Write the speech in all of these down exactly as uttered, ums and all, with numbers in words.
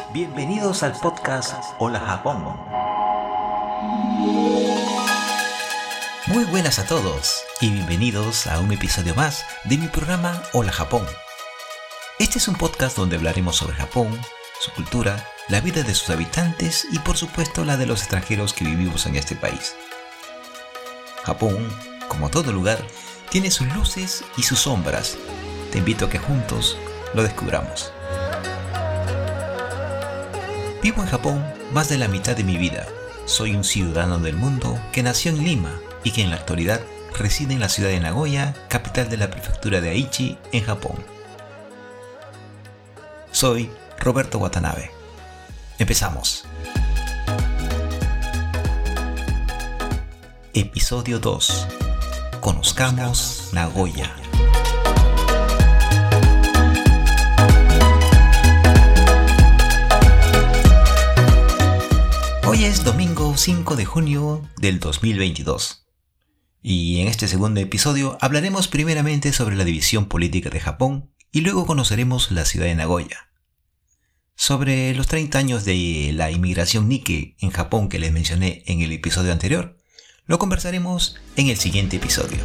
Bienvenidos al podcast Hola Japón. Muy buenas a todos y bienvenidos a un episodio más de mi programa Hola Japón. Este es un podcast donde hablaremos sobre Japón, su cultura, la vida de sus habitantes y por supuesto la de los extranjeros que vivimos en este país. Japón, como todo lugar, tiene sus luces y sus sombras. Te invito a que juntos lo descubramos. Vivo en Japón más de la mitad de mi vida. Soy un ciudadano del mundo que nació en Lima y que en la actualidad reside en la ciudad de Nagoya, capital de la prefectura de Aichi, en Japón. Soy Roberto Watanabe. Empezamos. Episodio dos. Conozcamos Nagoya. Hoy es domingo cinco de junio del dos mil veintidós y en este segundo episodio hablaremos primeramente sobre la división política de Japón y luego conoceremos la ciudad de Nagoya. Sobre los treinta años de la inmigración Nikke en Japón que les mencioné en el episodio anterior, lo conversaremos en el siguiente episodio.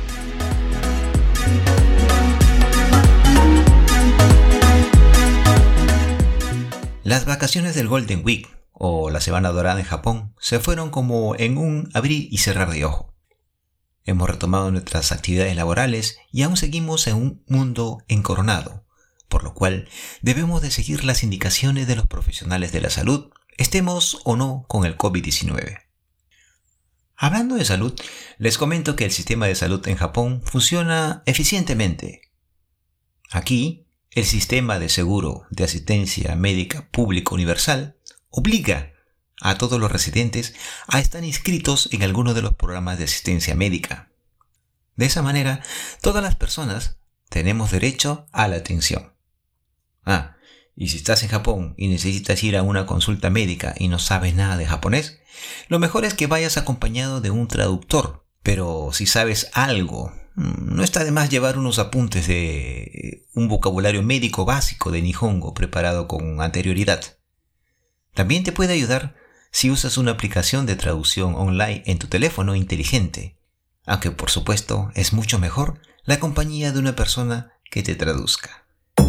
Las vacaciones del Golden Week o la Semana Dorada en Japón se fueron como en un abrir y cerrar de ojo. Hemos retomado nuestras actividades laborales y aún seguimos en un mundo encoronado, por lo cual debemos de seguir las indicaciones de los profesionales de la salud, estemos o no con el covid diecinueve. Hablando de salud, les comento que el sistema de salud en Japón funciona eficientemente. Aquí, el sistema de seguro de asistencia médica público universal obliga a todos los residentes a estar inscritos en alguno de los programas de asistencia médica. De esa manera, todas las personas tenemos derecho a la atención. Ah, y si estás en Japón y necesitas ir a una consulta médica y no sabes nada de japonés, lo mejor es que vayas acompañado de un traductor. Pero si sabes algo, no está de más llevar unos apuntes de un vocabulario médico básico de Nihongo preparado con anterioridad. También te puede ayudar si usas una aplicación de traducción online en tu teléfono inteligente, aunque por supuesto es mucho mejor la compañía de una persona que te traduzca.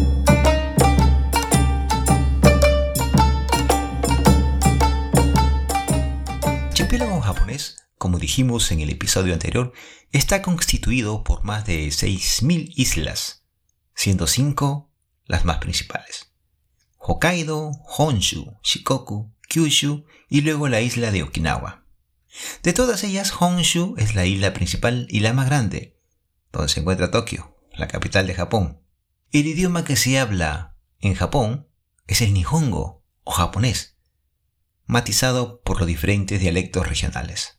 El archipiélago japonés, como dijimos en el episodio anterior, está constituido por más de seis mil islas, siendo cinco las más principales: Hokkaido, Honshu, Shikoku, Kyushu y luego la isla de Okinawa. De todas ellas, Honshu es la isla principal y la más grande, donde se encuentra Tokio, la capital de Japón. El idioma que se habla en Japón es el Nihongo o japonés, matizado por los diferentes dialectos regionales.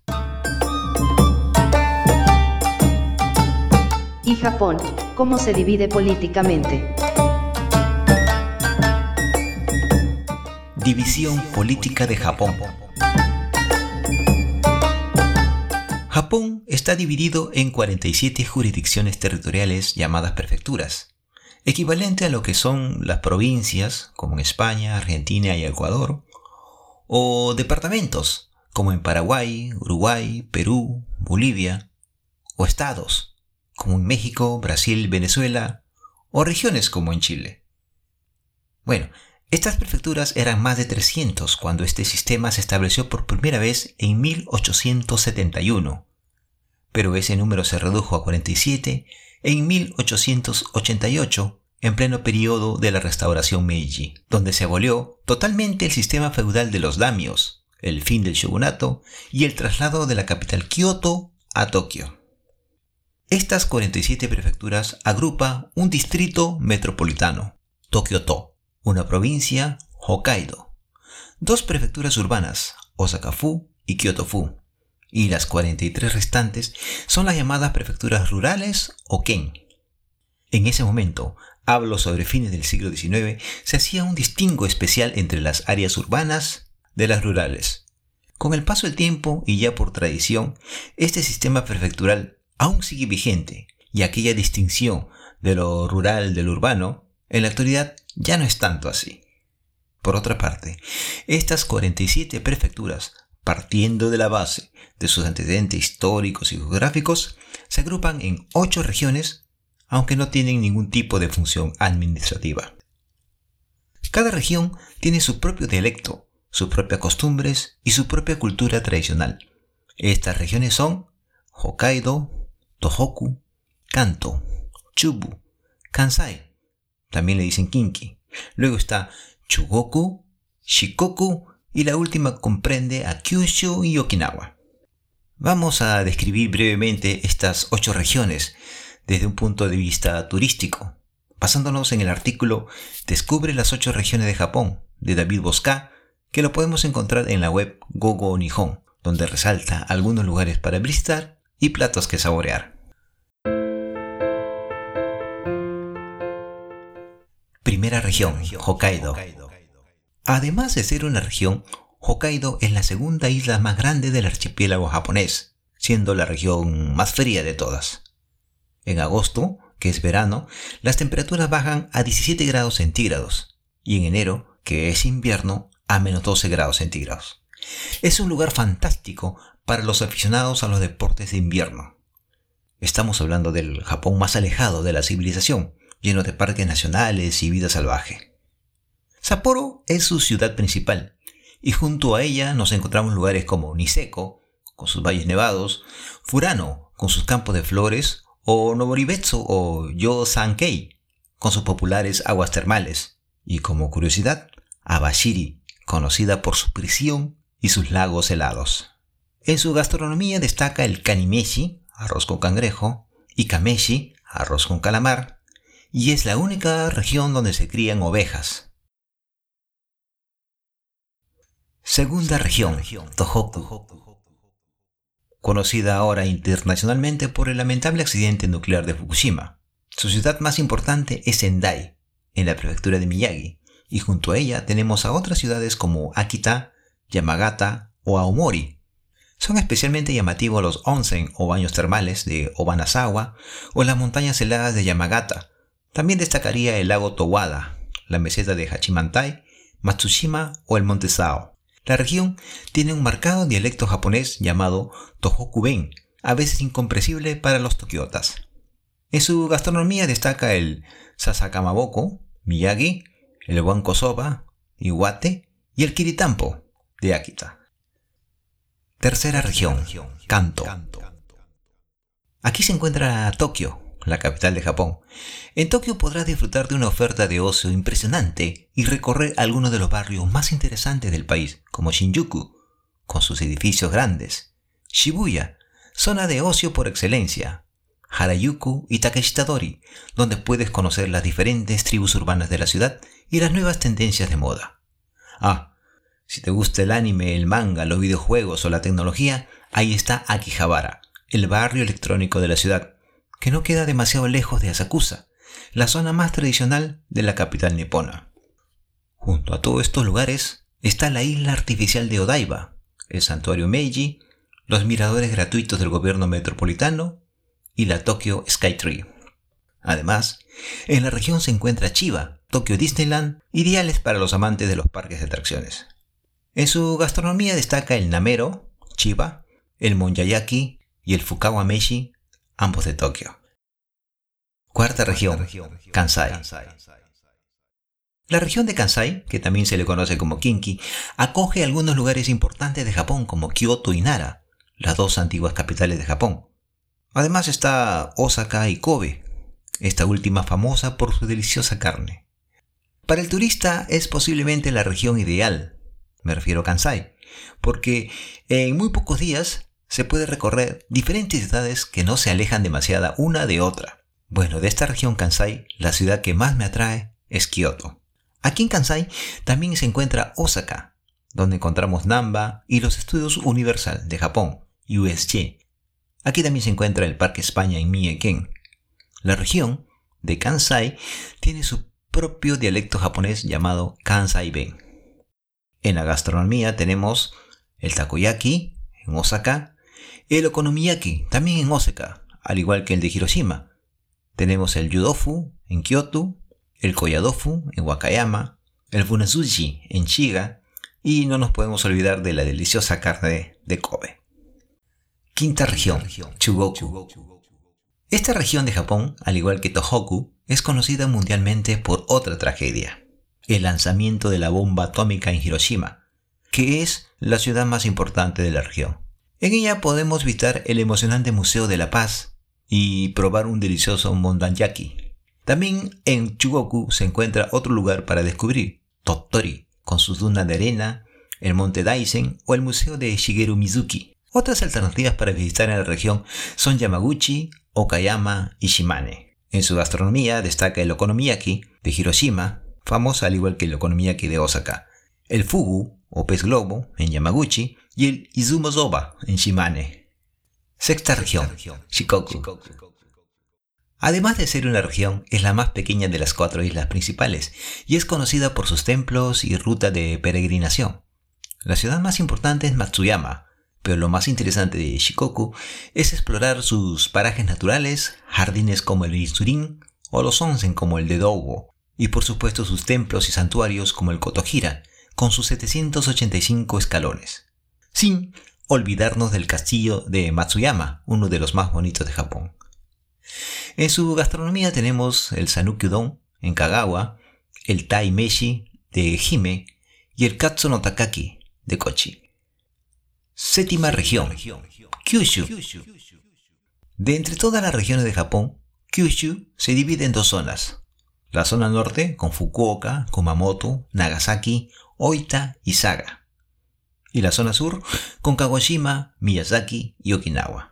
¿Y Japón, cómo se divide políticamente? División política de Japón. Japón está dividido en cuarenta y siete jurisdicciones territoriales llamadas prefecturas, equivalente a lo que son las provincias, como en España, Argentina y Ecuador, o departamentos, como en Paraguay, Uruguay, Perú, Bolivia, o estados, como en México, Brasil, Venezuela, o regiones como en Chile. Bueno, estas prefecturas eran más de trescientas cuando este sistema se estableció por primera vez en mil ochocientos setenta y uno, pero ese número se redujo a cuarenta y siete en mil ochocientos ochenta y ocho, en pleno periodo de la restauración Meiji, donde se abolió totalmente el sistema feudal de los daimios, el fin del shogunato y el traslado de la capital Kioto a Tokio. Estas cuarenta y siete prefecturas agrupa un distrito metropolitano, Tokio-to, una provincia, Hokkaido, dos prefecturas urbanas, Osaka-fu y Kyoto-fu, y las cuarenta y tres restantes son las llamadas prefecturas rurales o ken. En ese momento, hablo sobre fines del siglo diecinueve, se hacía un distingo especial entre las áreas urbanas de las rurales. Con el paso del tiempo y ya por tradición, este sistema prefectural aún sigue vigente y aquella distinción de lo rural del urbano, en la actualidad ya no es tanto así. Por otra parte, estas cuarenta y siete prefecturas, partiendo de la base de sus antecedentes históricos y geográficos, se agrupan en ocho regiones, aunque no tienen ningún tipo de función administrativa. Cada región tiene su propio dialecto, sus propias costumbres y su propia cultura tradicional. Estas regiones son Hokkaido, Tohoku, Kanto, Chubu, Kansai, también le dicen Kinki. Luego está Chugoku, Shikoku y la última comprende a Kyushu y Okinawa. Vamos a describir brevemente estas ocho regiones desde un punto de vista turístico, basándonos en el artículo Descubre las ocho regiones de Japón de David Bosca, que lo podemos encontrar en la web Gogo Nihon, donde resalta algunos lugares para visitar y platos que saborear. Primera región, Hokkaido. Además de ser una región, Hokkaido es la segunda isla más grande del archipiélago japonés, siendo la región más fría de todas. En agosto, que es verano, las temperaturas bajan a diecisiete grados centígrados, y en enero, que es invierno, a menos doce grados centígrados. Es un lugar fantástico para los aficionados a los deportes de invierno. Estamos hablando del Japón más alejado de la civilización, lleno de parques nacionales y vida salvaje. Sapporo es su ciudad principal, y junto a ella nos encontramos lugares como Niseko, con sus valles nevados, Furano, con sus campos de flores, o Noboribetsu o Yosankei, con sus populares aguas termales, y como curiosidad, Abashiri, conocida por su prisión y sus lagos helados. En su gastronomía destaca el kanimeshi, arroz con cangrejo, y kameshi, arroz con calamar, y es la única región donde se crían ovejas. Segunda región, Tohoku. Conocida ahora internacionalmente por el lamentable accidente nuclear de Fukushima. Su ciudad más importante es Sendai, en la prefectura de Miyagi, y junto a ella tenemos a otras ciudades como Akita, Yamagata o Aomori. Son especialmente llamativos los onsen o baños termales de Obanazawa o las montañas heladas de Yamagata. También destacaría el lago Towada, la meseta de Hachimantai, Matsushima o el monte Sao. La región tiene un marcado dialecto japonés llamado Tohoku-ben, a veces incomprensible para los tokiotas. En su gastronomía destaca el Sasakamaboko, Miyagi, el Wanko Soba, Iwate y el Kiritampo de Akita. Tercera región, Kanto. Aquí se encuentra Tokio, la capital de Japón. En Tokio podrás disfrutar de una oferta de ocio impresionante y recorrer algunos de los barrios más interesantes del país, como Shinjuku, con sus edificios grandes, Shibuya, zona de ocio por excelencia, Harajuku y Takeshitadori, donde puedes conocer las diferentes tribus urbanas de la ciudad y las nuevas tendencias de moda. Ah, si te gusta el anime, el manga, los videojuegos o la tecnología, ahí está Akihabara, el barrio electrónico de la ciudad, que no queda demasiado lejos de Asakusa, la zona más tradicional de la capital nipona. Junto a todos estos lugares está la isla artificial de Odaiba, el santuario Meiji, los miradores gratuitos del gobierno metropolitano y la Tokyo Skytree. Además, en la región se encuentra Chiba, Tokyo Disneyland, ideales para los amantes de los parques de atracciones. En su gastronomía destaca el namero, Chiba, el monyayaki y el fukawa meshi, ambos de Tokio. Cuarta región, Kansai. La región de Kansai, que también se le conoce como Kinki, acoge algunos lugares importantes de Japón como Kyoto y Nara, las dos antiguas capitales de Japón. Además está Osaka y Kobe, esta última famosa por su deliciosa carne. Para el turista es posiblemente la región ideal, me refiero a Kansai, porque en muy pocos días se puede recorrer diferentes ciudades que no se alejan demasiado una de otra. Bueno, de esta región Kansai, la ciudad que más me atrae es Kyoto. Aquí en Kansai también se encuentra Osaka, donde encontramos Namba y los estudios Universal de Japón, U S J. Aquí también se encuentra el Parque España en Mie-ken. La región de Kansai tiene su propio dialecto japonés llamado Kansai-ben. En la gastronomía tenemos el takoyaki en Osaka, el okonomiyaki también en Osaka, al igual que el de Hiroshima. Tenemos el yudofu en Kyoto, el koyadofu en Wakayama, el funazushi en Shiga y no nos podemos olvidar de la deliciosa carne de Kobe. Quinta región, Chugoku. Esta región de Japón, al igual que Tohoku, es conocida mundialmente por otra tragedia, el lanzamiento de la bomba atómica en Hiroshima, que es la ciudad más importante de la región. En ella podemos visitar el emocionante Museo de la Paz y probar un delicioso mondanyaki. También en Chugoku se encuentra otro lugar para descubrir, Tottori, con sus dunas de arena, el monte Daisen o el museo de Shigeru Mizuki. Otras alternativas para visitar en la región son Yamaguchi, Okayama y Shimane. En su gastronomía destaca el okonomiyaki de Hiroshima, famosa al igual que el okonomiyaki de Osaka, el fugu o pez globo en Yamaguchi y el izumo soba en Shimane. Sexta región, Shikoku. Además de ser una región, es la más pequeña de las cuatro islas principales y es conocida por sus templos y rutas de peregrinación. La ciudad más importante es Matsuyama, pero lo más interesante de Shikoku es explorar sus parajes naturales, jardines como el Itsurin o los onsen como el de Doubo, y por supuesto sus templos y santuarios como el Kotohira, con sus setecientos ochenta y cinco escalones. Sin olvidarnos del castillo de Matsuyama, uno de los más bonitos de Japón. En su gastronomía tenemos el Sanuki Udon en Kagawa, el Tai Meshi de Ehime y el Katsu no Takaki de Kochi. Séptima región, Kyushu. De entre todas las regiones de Japón, Kyushu se divide en dos zonas. La zona norte con Fukuoka, Kumamoto, Nagasaki, Oita y Saga. Y la zona sur con Kagoshima, Miyazaki y Okinawa.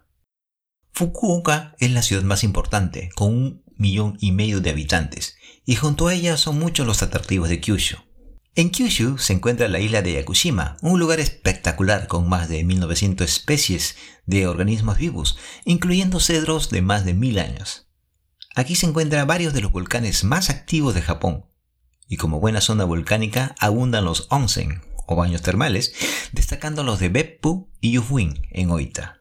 Fukuoka es la ciudad más importante, con un millón y medio de habitantes, y junto a ella son muchos los atractivos de Kyushu. En Kyushu se encuentra la isla de Yakushima, un lugar espectacular con más de mil novecientas especies de organismos vivos, incluyendo cedros de más de mil años. Aquí se encuentran varios de los volcanes más activos de Japón, y como buena zona volcánica abundan los onsen, o baños termales, destacando los de Beppu y Yufuin en Oita.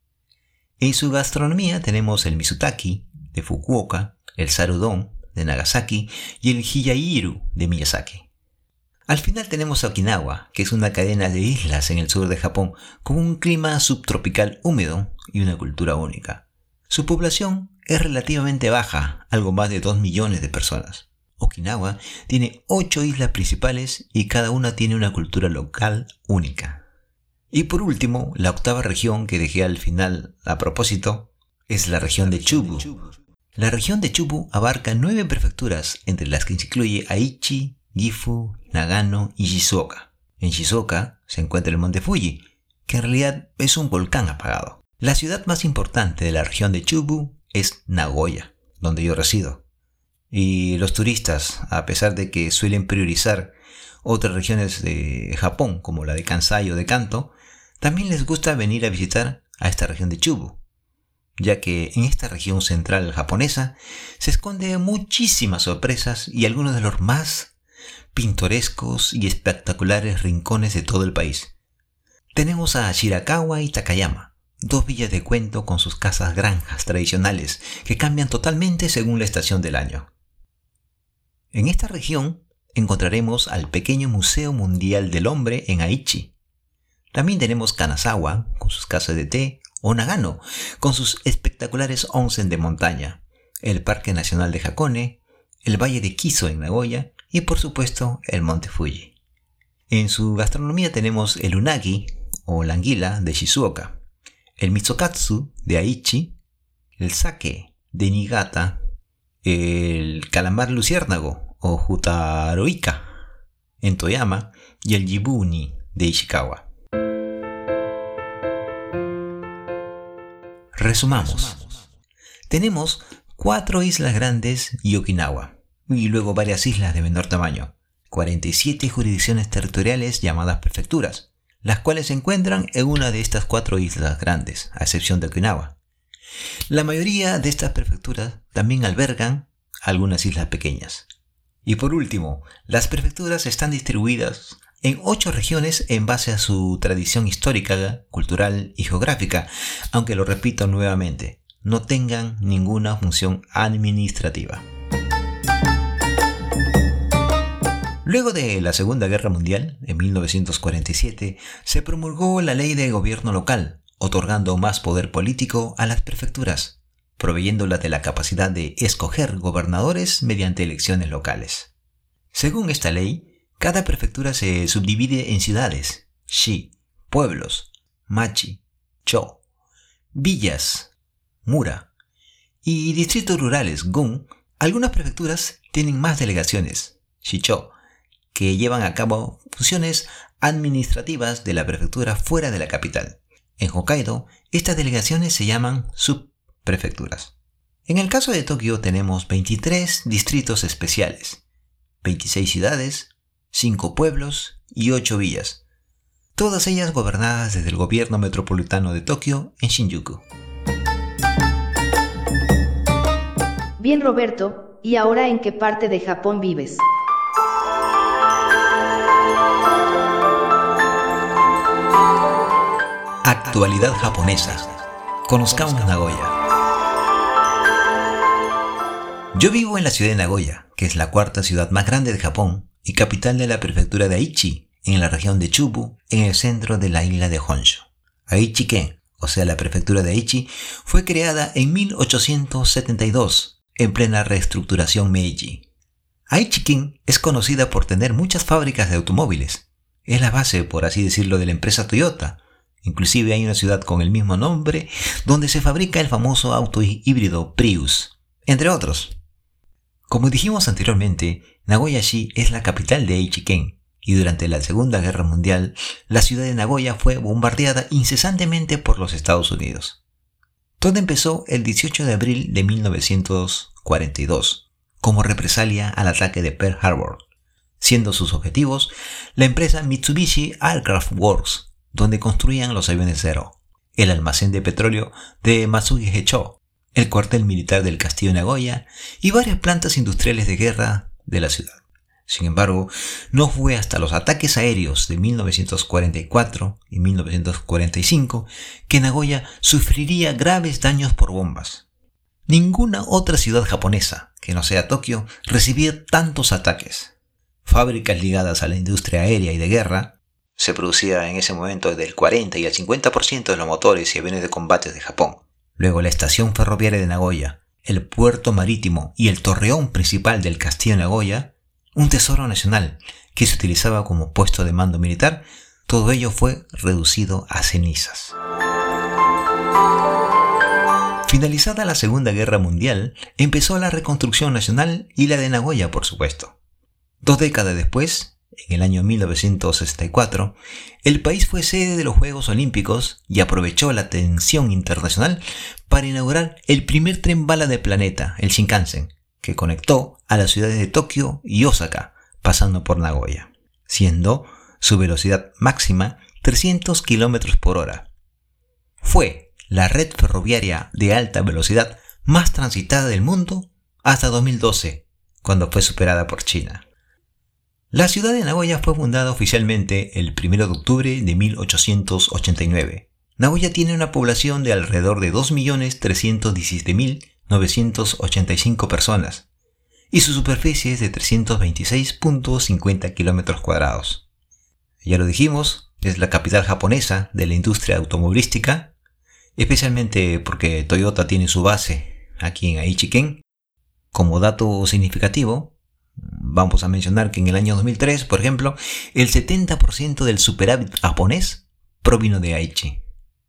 En su gastronomía tenemos el Mizutaki de Fukuoka, el Sarudon de Nagasaki y el Hiyairu de Miyazaki. Al final tenemos a Okinawa, que es una cadena de islas en el sur de Japón con un clima subtropical húmedo y una cultura única. Su población es relativamente baja, algo más de dos millones de personas. Okinawa tiene ocho islas principales y cada una tiene una cultura local única. Y por último, la octava región que dejé al final a propósito es la región de Chubu. La región de Chubu abarca nueve prefecturas, entre las que se incluye Aichi, Gifu, Nagano y Shizuoka. En Shizuoka se encuentra el monte Fuji, que en realidad es un volcán apagado. La ciudad más importante de la región de Chubu es Nagoya, donde yo resido. Y los turistas, a pesar de que suelen priorizar otras regiones de Japón, como la de Kansai o de Kanto, también les gusta venir a visitar a esta región de Chubu, ya que en esta región central japonesa se esconden muchísimas sorpresas y algunos de los más pintorescos y espectaculares rincones de todo el país. Tenemos a Shirakawa y Takayama, dos villas de cuento con sus casas granjas tradicionales que cambian totalmente según la estación del año. En esta región encontraremos al pequeño Museo Mundial del Hombre en Aichi. También tenemos Kanazawa con sus casas de té o Nagano con sus espectaculares onsen de montaña, el Parque Nacional de Hakone, el Valle de Kiso en Nagoya y por supuesto el Monte Fuji. En su gastronomía tenemos el unagi o la anguila de Shizuoka, el mitsukatsu de Aichi, el sake de Niigata, el calamar luciérnago o jutaroika en Toyama y el jibuni de Ishikawa. Resumamos. Tenemos cuatro islas grandes y Okinawa, y luego varias islas de menor tamaño, cuarenta y siete jurisdicciones territoriales llamadas prefecturas, las cuales se encuentran en una de estas cuatro islas grandes, a excepción de Okinawa. La mayoría de estas prefecturas también albergan algunas islas pequeñas. Y por último, las prefecturas están distribuidas en ocho regiones en base a su tradición histórica, cultural y geográfica, aunque lo repito nuevamente, no tengan ninguna función administrativa. Luego de la Segunda Guerra Mundial, en mil novecientos cuarenta y siete, se promulgó la Ley de Gobierno Local, otorgando más poder político a las prefecturas, proveyéndolas de la capacidad de escoger gobernadores mediante elecciones locales. Según esta ley, cada prefectura se subdivide en ciudades, shi, pueblos, machi, cho, villas, mura, y distritos rurales, gun. Algunas prefecturas tienen más delegaciones, shicho, que llevan a cabo funciones administrativas de la prefectura fuera de la capital. En Hokkaido, estas delegaciones se llaman subprefecturas. En el caso de Tokio tenemos veintitrés distritos especiales, veintiséis ciudades, cinco pueblos y ocho villas, todas ellas gobernadas desde el gobierno metropolitano de Tokio en Shinjuku. Bien, Roberto, ¿y ahora en qué parte de Japón vives? Actualidad japonesa. Conozcamos Nagoya. Yo vivo en la ciudad de Nagoya, que es la cuarta ciudad más grande de Japón y capital de la prefectura de Aichi, en la región de Chubu, en el centro de la isla de Honshu. Aichi-ken, o sea la prefectura de Aichi, fue creada en mil ochocientos setenta y dos, en plena reestructuración Meiji. Aichi-ken es conocida por tener muchas fábricas de automóviles. Es la base, por así decirlo, de la empresa Toyota. Inclusive hay una ciudad con el mismo nombre donde se fabrica el famoso auto híbrido Prius, entre otros. Como dijimos anteriormente, Nagoya-shi es la capital de Aichi-ken, y durante la Segunda Guerra Mundial, la ciudad de Nagoya fue bombardeada incesantemente por los Estados Unidos. Todo empezó el dieciocho de abril de mil novecientos cuarenta y dos, como represalia al ataque de Pearl Harbor, siendo sus objetivos la empresa Mitsubishi Aircraft Works, donde construían los aviones Zero, el almacén de petróleo de Matsuge-cho, el cuartel militar del castillo de Nagoya y varias plantas industriales de guerra de la ciudad. Sin embargo, no fue hasta los ataques aéreos de mil novecientos cuarenta y cuatro y mil novecientos cuarenta y cinco que Nagoya sufriría graves daños por bombas. Ninguna otra ciudad japonesa, que no sea Tokio, recibía tantos ataques. Fábricas ligadas a la industria aérea y de guerra. Se producía en ese momento desde el cuarenta y el cincuenta por ciento de los motores y aviones de combate de Japón. Luego la estación ferroviaria de Nagoya, el puerto marítimo y el torreón principal del castillo de Nagoya, un tesoro nacional que se utilizaba como puesto de mando militar, todo ello fue reducido a cenizas. Finalizada la Segunda Guerra Mundial, empezó la reconstrucción nacional y la de Nagoya, por supuesto. Dos décadas después, en el año mil novecientos sesenta y cuatro, el país fue sede de los Juegos Olímpicos y aprovechó la atención internacional para inaugurar el primer tren bala del planeta, el Shinkansen, que conectó a las ciudades de Tokio y Osaka, pasando por Nagoya, siendo su velocidad máxima trescientos kilómetros por hora. Fue la red ferroviaria de alta velocidad más transitada del mundo hasta dos mil doce, cuando fue superada por China. La ciudad de Nagoya fue fundada oficialmente el primero de octubre de mil ochocientos ochenta y nueve. Nagoya tiene una población de alrededor de dos millones trescientos diecisiete mil novecientos ochenta y cinco personas y su superficie es de trescientos veintiséis punto cincuenta kilómetros cuadrados. Ya lo dijimos, es la capital japonesa de la industria automovilística, especialmente porque Toyota tiene su base aquí en Aichi-ken. Como dato significativo, vamos a mencionar que en el año dos mil tres, por ejemplo, el setenta por ciento del superávit japonés provino de Aichi.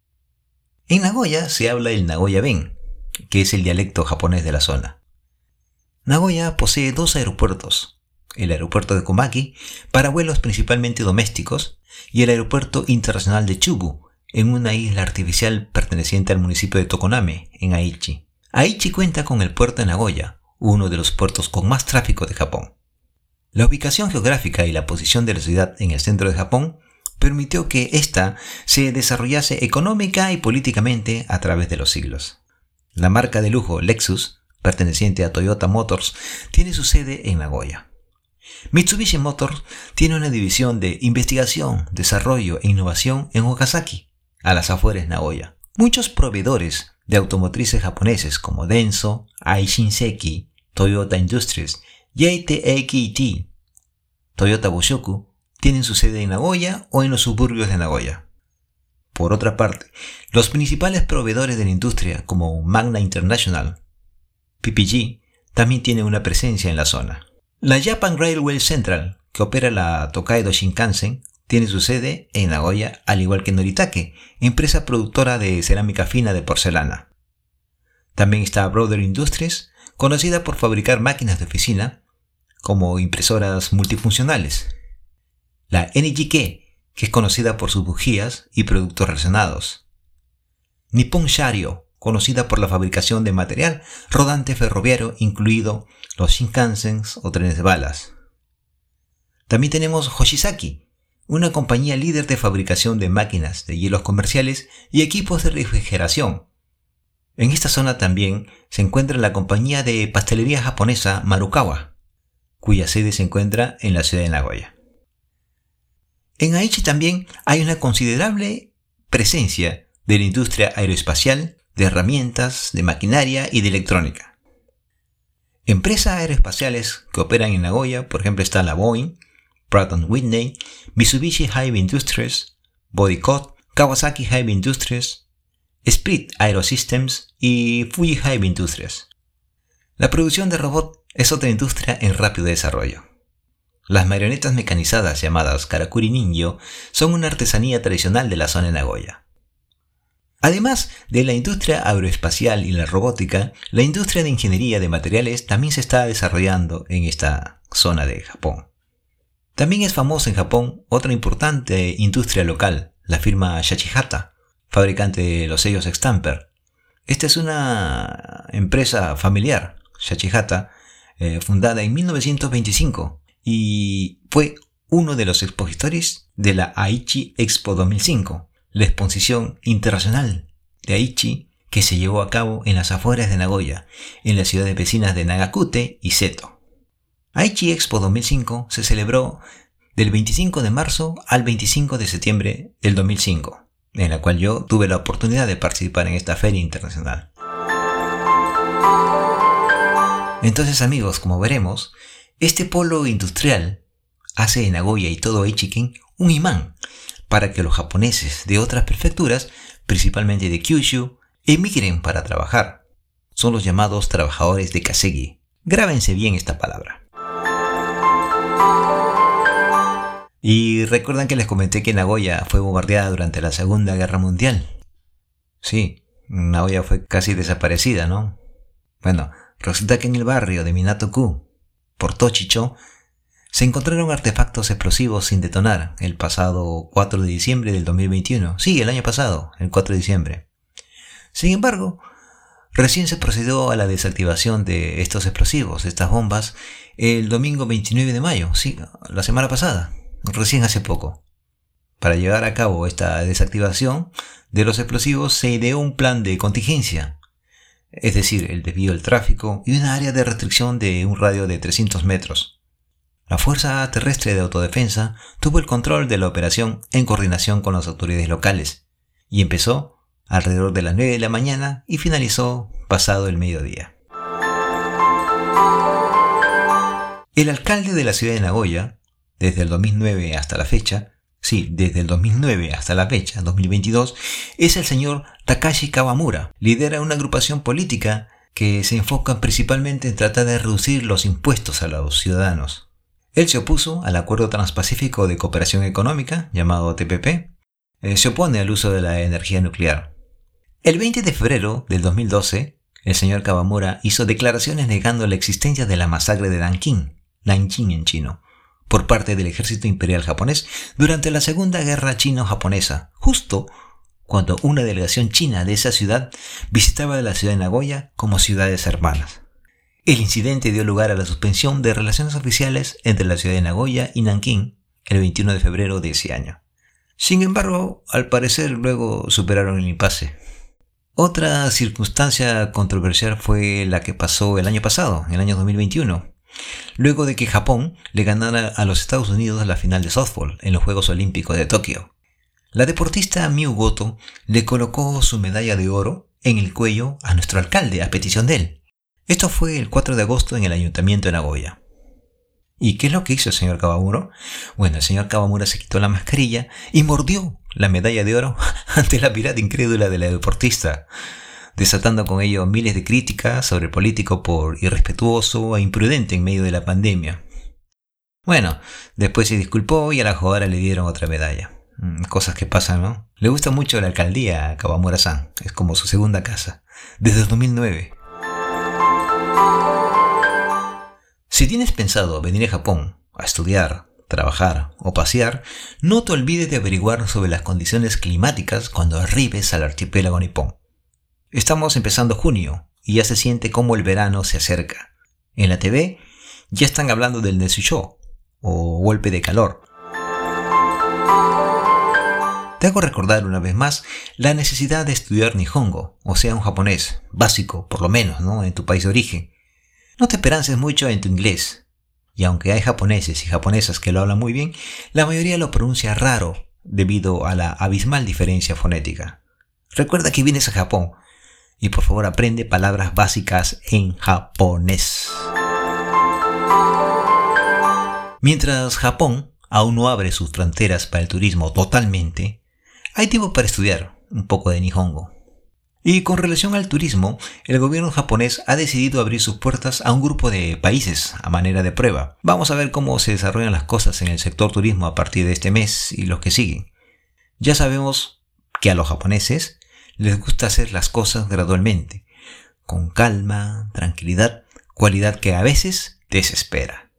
En Nagoya se habla el Nagoya-ben, que es el dialecto japonés de la zona. Nagoya posee dos aeropuertos, el aeropuerto de Komaki, para vuelos principalmente domésticos, y el aeropuerto internacional de Chubu, en una isla artificial perteneciente al municipio de Tokoname, en Aichi. Aichi cuenta con el puerto de Nagoya, uno de los puertos con más tráfico de Japón. La ubicación geográfica y la posición de la ciudad en el centro de Japón permitió que ésta se desarrollase económica y políticamente a través de los siglos. La marca de lujo Lexus, perteneciente a Toyota Motors, tiene su sede en Nagoya. Mitsubishi Motors tiene una división de investigación, desarrollo e innovación en Okazaki, a las afueras de Nagoya. Muchos proveedores de automotrices japoneses como Denso, Aishinseki, Toyota Industries, J T A K T, Toyota Boshoku tienen su sede en Nagoya o en los suburbios de Nagoya. Por otra parte, los principales proveedores de la industria como Magna International, P P G, también tienen una presencia en la zona. La Japan Railway Central, que opera la Tokaido Shinkansen, tiene su sede en Nagoya, al igual que Noritake, empresa productora de cerámica fina de porcelana. También está Brother Industries, conocida por fabricar máquinas de oficina, como impresoras multifuncionales. La N G K, que es conocida por sus bujías y productos relacionados. Nippon Shario, conocida por la fabricación de material rodante ferroviario, incluido los Shinkansens o trenes de balas. También tenemos Hoshizaki, una compañía líder de fabricación de máquinas de hielos comerciales y equipos de refrigeración. En esta zona también se encuentra la compañía de pastelería japonesa Marukawa, cuya sede se encuentra en la ciudad de Nagoya. En Aichi también hay una considerable presencia de la industria aeroespacial, de herramientas, de maquinaria y de electrónica. Empresas aeroespaciales que operan en Nagoya, por ejemplo, está la Boeing, Pratt and Whitney, Mitsubishi Heavy Industries, Bodycote, Kawasaki Heavy Industries, Spirit Aerosystems y Fuji Heavy Industries. La producción de robots es otra industria en rápido desarrollo. Las marionetas mecanizadas llamadas Karakuri Ninjo son una artesanía tradicional de la zona de Nagoya. Además de la industria aeroespacial y la robótica, la industria de ingeniería de materiales también se está desarrollando en esta zona de Japón. También es famosa en Japón otra importante industria local, la firma Shachihata, fabricante de los sellos Stamper. Esta es una empresa familiar, Shachihata, eh, fundada en mil novecientos veinticinco y fue uno de los expositores de la Aichi Expo dos mil cinco, la exposición internacional de Aichi que se llevó a cabo en las afueras de Nagoya, en las ciudades vecinas de Nagakute y Seto. Aichi Expo dos mil cinco se celebró del veinticinco de marzo al veinticinco de septiembre del dos mil cinco, en la cual yo tuve la oportunidad de participar en esta feria internacional. Entonces, amigos, como veremos, este polo industrial hace de Nagoya y todo Aichi-ken un imán para que los japoneses de otras prefecturas, principalmente de Kyushu, emigren para trabajar. Son los llamados trabajadores de Kasegi. Grábense bien esta palabra. Y recuerdan que les comenté que Nagoya fue bombardeada durante la Segunda Guerra Mundial. Sí, Nagoya fue casi desaparecida, ¿no? Bueno, resulta que en el barrio de Minato-ku, por Tochicho, se encontraron artefactos explosivos sin detonar el pasado cuatro de diciembre del dos mil veintiuno. Sí, el año pasado, el cuatro de diciembre. Sin embargo, recién se procedió a la desactivación de estos explosivos, de estas bombas, el domingo veintinueve de mayo, sí, la semana pasada, recién hace poco. Para llevar a cabo esta desactivación de los explosivos se ideó un plan de contingencia, es decir, el desvío del tráfico y una área de restricción de un radio de trescientos metros. La Fuerza Terrestre de Autodefensa tuvo el control de la operación en coordinación con las autoridades locales y empezó alrededor de las nueve de la mañana y finalizó pasado el mediodía. El alcalde de la ciudad de Nagoya, desde el dos mil nueve hasta la fecha, sí, desde el dos mil nueve hasta la fecha, dos mil veintidós, es el señor Takashi Kawamura. Lidera una agrupación política que se enfoca principalmente en tratar de reducir los impuestos a los ciudadanos. Él se opuso al Acuerdo Transpacífico de Cooperación Económica, llamado T P P. Eh, se opone al uso de la energía nuclear. El veinte de febrero del dos mil doce, el señor Kawamura hizo declaraciones negando la existencia de la masacre de Nanking, Nanjing en chino, por parte del ejército imperial japonés durante la Segunda Guerra Chino-Japonesa, justo cuando una delegación china de esa ciudad visitaba la ciudad de Nagoya como ciudades hermanas. El incidente dio lugar a la suspensión de relaciones oficiales entre la ciudad de Nagoya y Nankín el veintiuno de febrero de ese año. Sin embargo, al parecer luego superaron el impasse. Otra circunstancia controversial fue la que pasó el año pasado, en el año dos mil veintiuno, luego de que Japón le ganara a los Estados Unidos la final de softball en los Juegos Olímpicos de Tokio. La deportista Miu Goto le colocó su medalla de oro en el cuello a nuestro alcalde a petición de él. Esto fue el cuatro de agosto en el Ayuntamiento de Nagoya. ¿Y qué es lo que hizo el señor Kawamura? Bueno, el señor Kawamura se quitó la mascarilla y mordió la medalla de oro ante la mirada incrédula de la deportista, desatando con ello miles de críticas sobre el político por irrespetuoso e imprudente en medio de la pandemia. Bueno, después se disculpó y a la jugadora le dieron otra medalla. Cosas que pasan, ¿no? Le gusta mucho la alcaldía a Kawamura-san, es como su segunda casa, desde el dos mil nueve. Si tienes pensado venir a Japón a estudiar, trabajar o pasear, no te olvides de averiguar sobre las condiciones climáticas cuando arribes al archipiélago nipón. Estamos empezando junio y ya se siente como el verano se acerca. En la T V ya están hablando del Netsusho, o golpe de calor. Te hago recordar una vez más la necesidad de estudiar Nihongo, o sea, un japonés básico, por lo menos, ¿no?, en tu país de origen. No te esperances mucho en tu inglés, y aunque hay japoneses y japonesas que lo hablan muy bien, la mayoría lo pronuncia raro debido a la abismal diferencia fonética. Recuerda que vienes a Japón, y por favor aprende palabras básicas en japonés. Mientras Japón aún no abre sus fronteras para el turismo totalmente, hay tiempo para estudiar un poco de Nihongo. Y con relación al turismo, el gobierno japonés ha decidido abrir sus puertas a un grupo de países a manera de prueba. Vamos a ver cómo se desarrollan las cosas en el sector turismo a partir de este mes y los que siguen. Ya sabemos que a los japoneses les gusta hacer las cosas gradualmente, con calma, tranquilidad, cualidad que a veces desespera.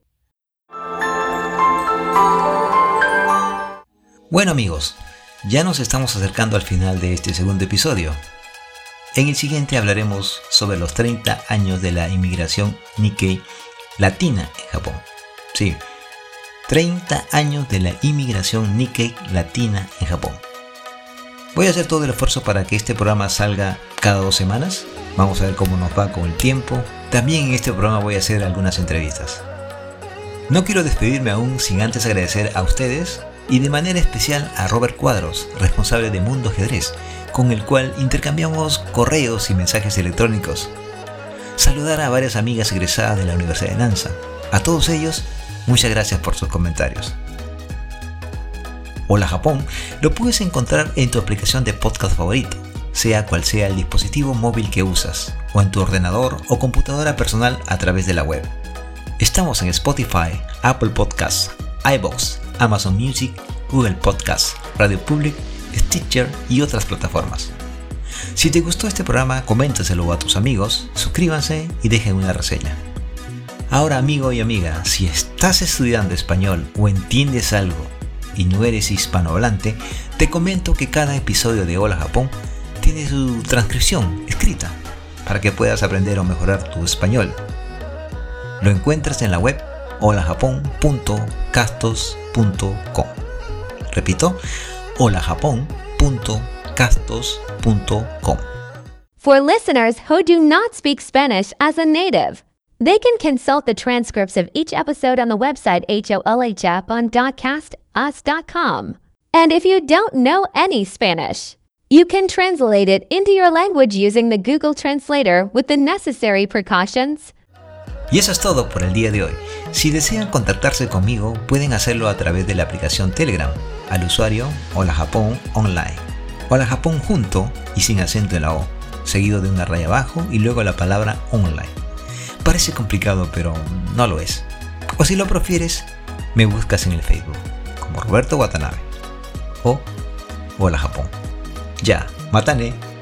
Bueno amigos, ya nos estamos acercando al final de este segundo episodio. En el siguiente hablaremos sobre los treinta años de la inmigración Nikkei latina en Japón. Sí, treinta años de la inmigración Nikkei latina en Japón. Voy a hacer todo el esfuerzo para que este programa salga cada dos semanas. Vamos a ver cómo nos va con el tiempo. También en este programa voy a hacer algunas entrevistas. No quiero despedirme aún sin antes agradecer a ustedes y de manera especial a Robert Cuadros, responsable de Mundo Ajedrez, con el cual intercambiamos correos y mensajes electrónicos. Saludar a varias amigas egresadas de la Universidad de Nansa. A todos ellos, muchas gracias por sus comentarios. Hola Japón lo puedes encontrar en tu aplicación de podcast favorito, sea cual sea el dispositivo móvil que usas, o en tu ordenador o computadora personal a través de la web. Estamos en Spotify, Apple Podcasts, iVoox, Amazon Music, Google Podcasts, Radio Public, Stitcher y otras plataformas. Si te gustó este programa, coméntaselo a tus amigos, suscríbanse y dejen una reseña. Ahora amigo y amiga, si estás estudiando español o entiendes algo y no eres hispanohablante, te comento que cada episodio de Hola Japón tiene su transcripción escrita para que puedas aprender o mejorar tu español. Lo encuentras en la web hola japón punto castos punto com. Repito, hola japón punto castos punto com. For listeners who do not speak Spanish as a native, they can consult the transcripts of each episode on the website hola japón dot cast us dot com. And if you don't know any Spanish, you can translate it into your language using the Google Translator with the necessary precautions. Y eso es todo por el día de hoy. Si desean contactarse conmigo, pueden hacerlo a través de la aplicación Telegram, al usuario Hola Japón Online. Hola Japón junto y sin acento en la O, seguido de una raya abajo y luego la palabra online. Parece complicado, pero no lo es. O si lo prefieres, me buscas en el Facebook, como Roberto Watanabe. O Hola Japón. Ya, matane.